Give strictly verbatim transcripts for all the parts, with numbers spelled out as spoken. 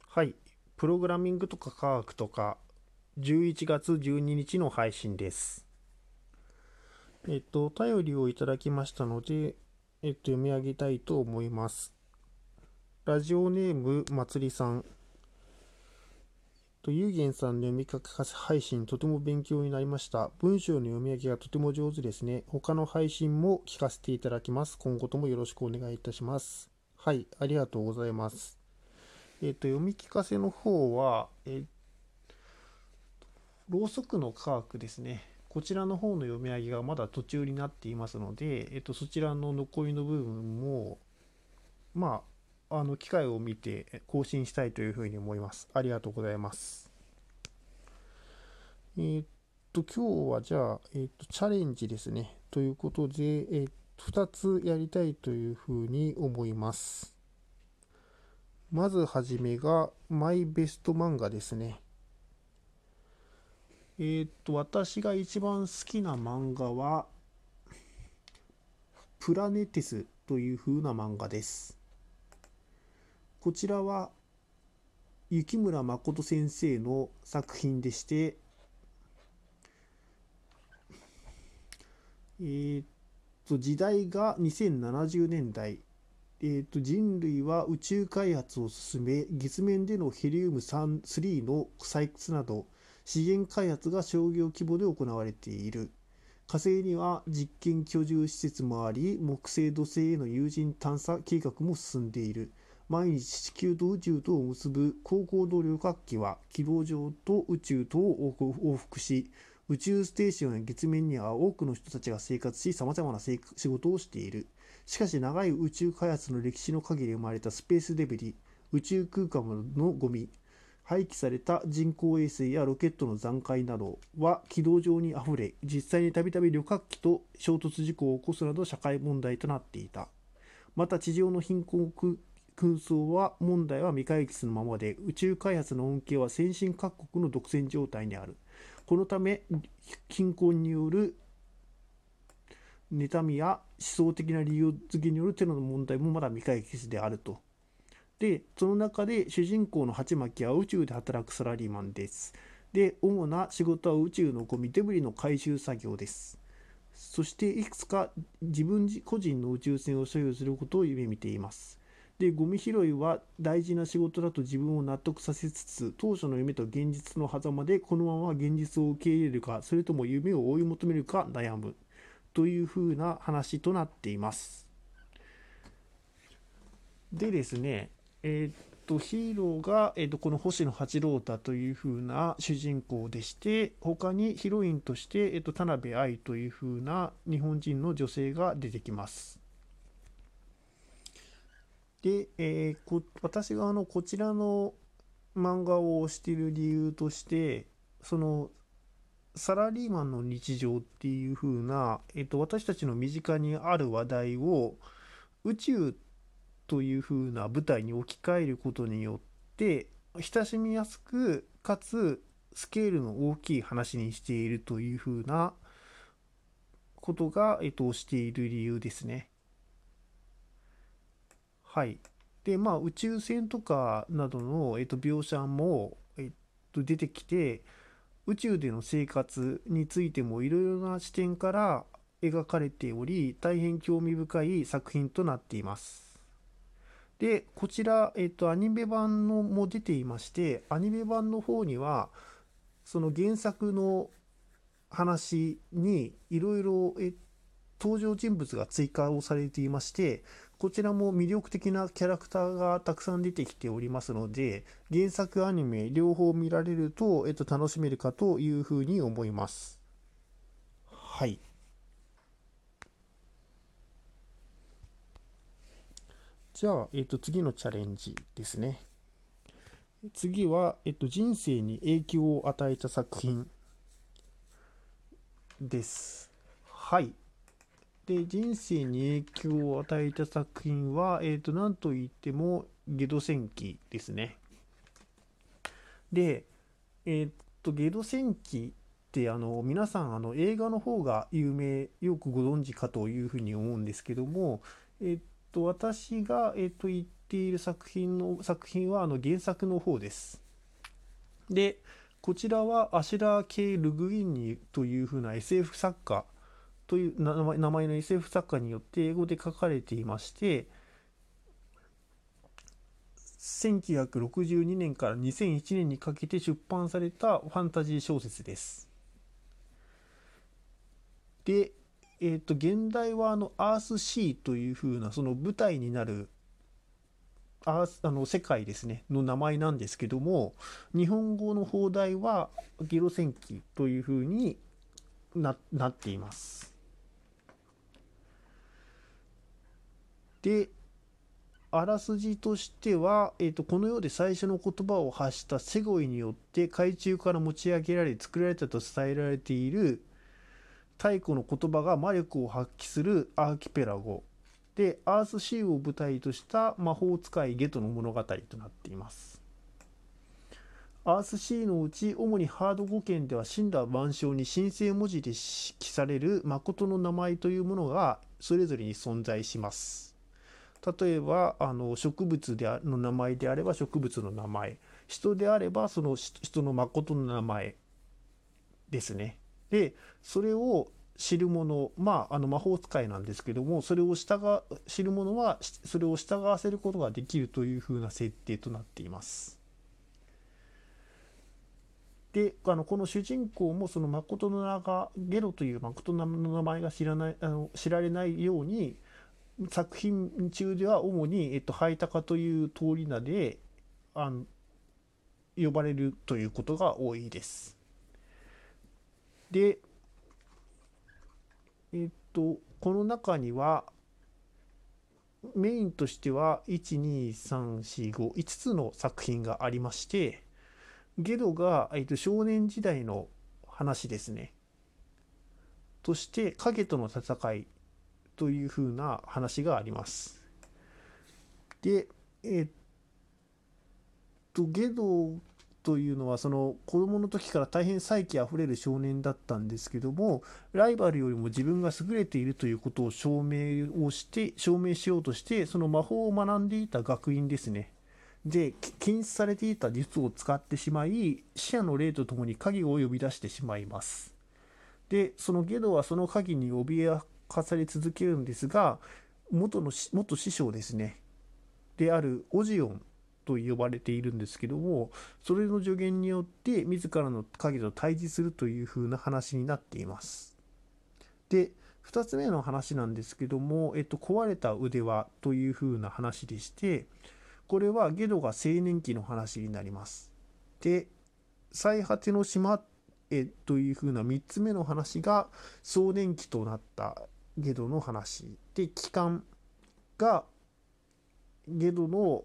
はい。プログラミングとか科学とか、じゅういちがつじゅうににちの配信です。えっと、お便りをいただきましたので、えっと、読み上げたいと思います。ラジオネーム、まつりさん。と、ゆうげんさんの読み書き配信、とても勉強になりました。文章の読み上げがとても上手ですね。他の配信も聞かせていただきます。今後ともよろしくお願いいたします。はい、ありがとうございます。えっと、読み聞かせの方は、えろうそくの科学ですね。こちらの方の読み上げがまだ途中になっていますので、えっと、そちらの残りの部分も、まあ、あの、機会を見て更新したいというふうに思います。ありがとうございます。えーっと、今日はじゃあ、えーっと、チャレンジですね。ということで、えーっと、ふたつやりたいというふうに思います。まずはじめが、マイベスト漫画ですね。えーっと、私が一番好きな漫画は、プラネテスという風な漫画です。こちらは雪村誠先生の作品でして、えーっと、時代がにせんななじゅうねんだい、えーっと、人類は宇宙開発を進め、月面でのヘリウムさんの採掘など、資源開発が商業規模で行われている。火星には実験居住施設もあり、木星土星への有人探査計画も進んでいる。毎日地球と宇宙とを結ぶ高高度旅客機は軌道上と宇宙とを往復し、宇宙ステーションや月面には多くの人たちが生活し、様々な仕事をしている。しかし長い宇宙開発の歴史の限り生まれたスペースデブリ、宇宙空間のゴミ、廃棄された人工衛星やロケットの残骸などは軌道上にあふれ、実際にたびたび旅客機と衝突事故を起こすなど社会問題となっていた。また地上の貧困紛争は問題は未解決のままで、宇宙開発の恩恵は先進各国の独占状態にある。このため貧困による妬みや思想的な理由付けによるテロの問題もまだ未解決であると。で、その中で主人公のハチマキは宇宙で働くサラリーマンです。で、主な仕事は宇宙のゴミ、デブリの回収作業です。そしていくつか自分個人の宇宙船を所有することを夢見ています。で、ゴミ拾いは大事な仕事だと自分を納得させつつ、当初の夢と現実の狭間でこのまま現実を受け入れるか、それとも夢を追い求めるか悩むというふうな話となっています。でですね、えーっと、ヒーローが、えーっと、この星野八郎太という風な主人公でして、他にヒロインとして、えーっと、田辺愛という風な日本人の女性が出てきます。で、えーこ私があの、こちらの漫画を推している理由として、その、サラリーマンの日常っていう風な、えーっと、私たちの身近にある話題を宇宙という風な舞台に置き換えることによって親しみやすくかつスケールの大きい話にしているという風なことが、えっと、している理由ですね。はい。で、まあ宇宙船とかなどの、えっと、描写も、えっと、出てきて宇宙での生活についてもいろいろな視点から描かれており大変興味深い作品となっています。で、こちら、えっと、アニメ版のも出ていまして、アニメ版の方には、その原作の話にいろいろ登場人物が追加をされていまして、こちらも魅力的なキャラクターがたくさん出てきておりますので、原作アニメ両方見られると、えっと、楽しめるかというふうに思います。はい。じゃあ、えっと、次のチャレンジですね。次は、えっと、人生に影響を与えた作品です。はい。で、人生に影響を与えた作品は、えっと、なんといっても、ゲド戦記ですね。で、えっと、ゲド戦記って、あの、皆さん、あの、映画の方が有名、よくご存知かというふうに思うんですけども、えっと、私が、えっと、言っっている作品の作品はあの原作の方です。で、こちらはアシュラー・ケイ・ルグインニというふうな エスエフ 作家という名前名前の エスエフ 作家によって英語で書かれていまして、せんきゅうひゃくろくじゅうにねんからにせんいちねんにかけて出版されたファンタジー小説です。で、えっと、現代はあのアースシーというふうなその舞台になるアースあの世界ですねの名前なんですけども、日本語の放題はゲロ戦記というふうにな、なっています。で、あらすじとしては、えーと、この世で最初の言葉を発したセゴイによって海中から持ち上げられ作られたと伝えられている太古の言葉が魔力を発揮するアーキペラゴで、アースシーを舞台とした魔法使いゲトの物語となっています。アースシーのうち主にハード語圏では神羅万象に神聖文字で記される誠の名前というものがそれぞれに存在します。例えばあの植物での名前であれば植物の名前、人であればその人の誠の名前ですね。で、それを知る者、まあ、あの魔法使いなんですけども、それを従知る者はそれを従わせることができるというふうな設定となっています。で、あのこの主人公もその誠の名がゲロという誠の名前が知らないあの知られないように、作品中では主に、えっと、ハイタカという通り名であの呼ばれるということが多いです。で、えっと、この中にはメインとしてはいち、に、さん、よん、ご、いつつの作品がありまして、ゲドが、えっと、少年時代の話ですね。として影との戦いというふうな話があります。で、えっと、ゲドというのはその子供の時から大変才気あふれる少年だったんですけども、ライバルよりも自分が優れているということを証明をして証明しようとしてその魔法を学んでいた学院ですねで禁止されていた術を使ってしまい、死者の霊とともに影を呼び出してしまいます。でそのゲドはその影に脅かされ続けるんですが、元の元師匠ですねであるオジオンと呼ばれているんですけども、それの助言によって自らの影と対峙するという風な話になっています。で、ふたつめの話なんですけども、えっと、壊れた腕輪という風な話でして、これはゲドが青年期の話になります。で、最果ての島へという風なみっつめの話が壮年期となったゲドの話で、帰還がゲドの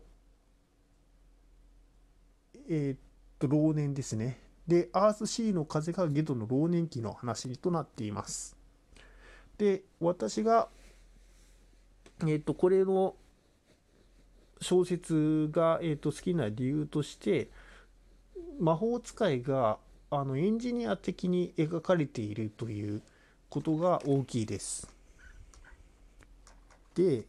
えーっと、老年ですね。で、アースシーの風がゲドの老年期の話となっています。で、私が、えーっと、これの小説が、えーっと、好きな理由として、魔法使いがあのエンジニア的に描かれているということが大きいです。で、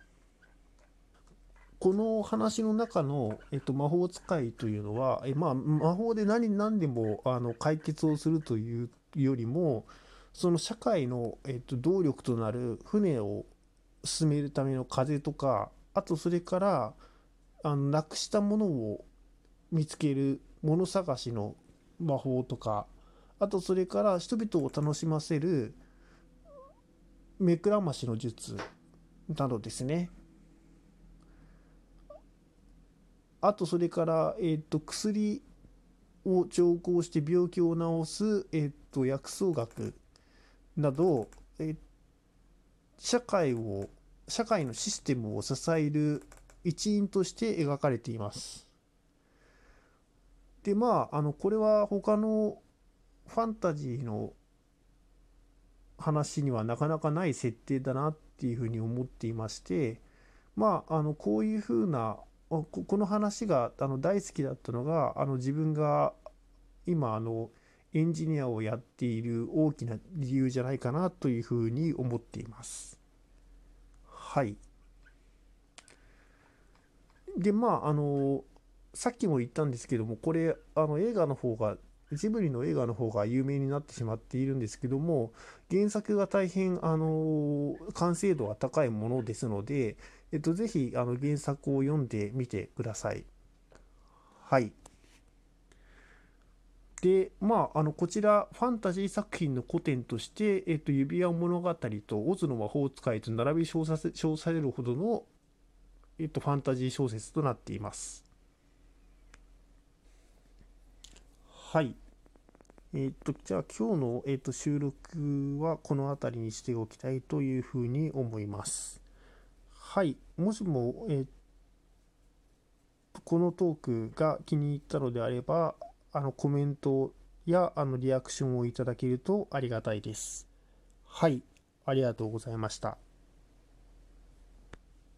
この話の中の、えっと、魔法使いというのは、えまあ、魔法で何何でもあの解決をするというよりも、その社会の、えっと、動力となる船を進めるための風とか、あとそれからあのなくしたものを見つける物探しの魔法とか、あとそれから人々を楽しませる目くらましの術などですね。あとそれから、えっと、薬を調合して病気を治す、えっと、薬草学など、え社会を、社会のシステムを支える一員として描かれています。で、まあ、あの、これは他のファンタジーの話にはなかなかない設定だなっていうふうに思っていまして、まあ、あの、こういうふうな、ここの話があの大好きだったのが、あの自分が今あのエンジニアをやっている大きな理由じゃないかなというふうに思っています。はい。 で、まあ、あの、さっきも言ったんですけども、これ、あの映画の方が、ジブリの映画の方が有名になってしまっているんですけども、原作が大変、あの、完成度が高いものですので、えっと、ぜひ、あの、原作を読んでみてください。はい。で、まあ、あの、こちら、ファンタジー作品の古典として、えっと、指輪物語とオズの魔法使いと並び称させ、称されるほどの、えっと、ファンタジー小説となっています。はい。えっと、じゃあ今日の、えっと、収録はこの辺りにしておきたいというふうに思います。はい。もしも、えっと、このトークが気に入ったのであれば、あの、コメントや、あの、リアクションをいただけるとありがたいです。はい。ありがとうございました。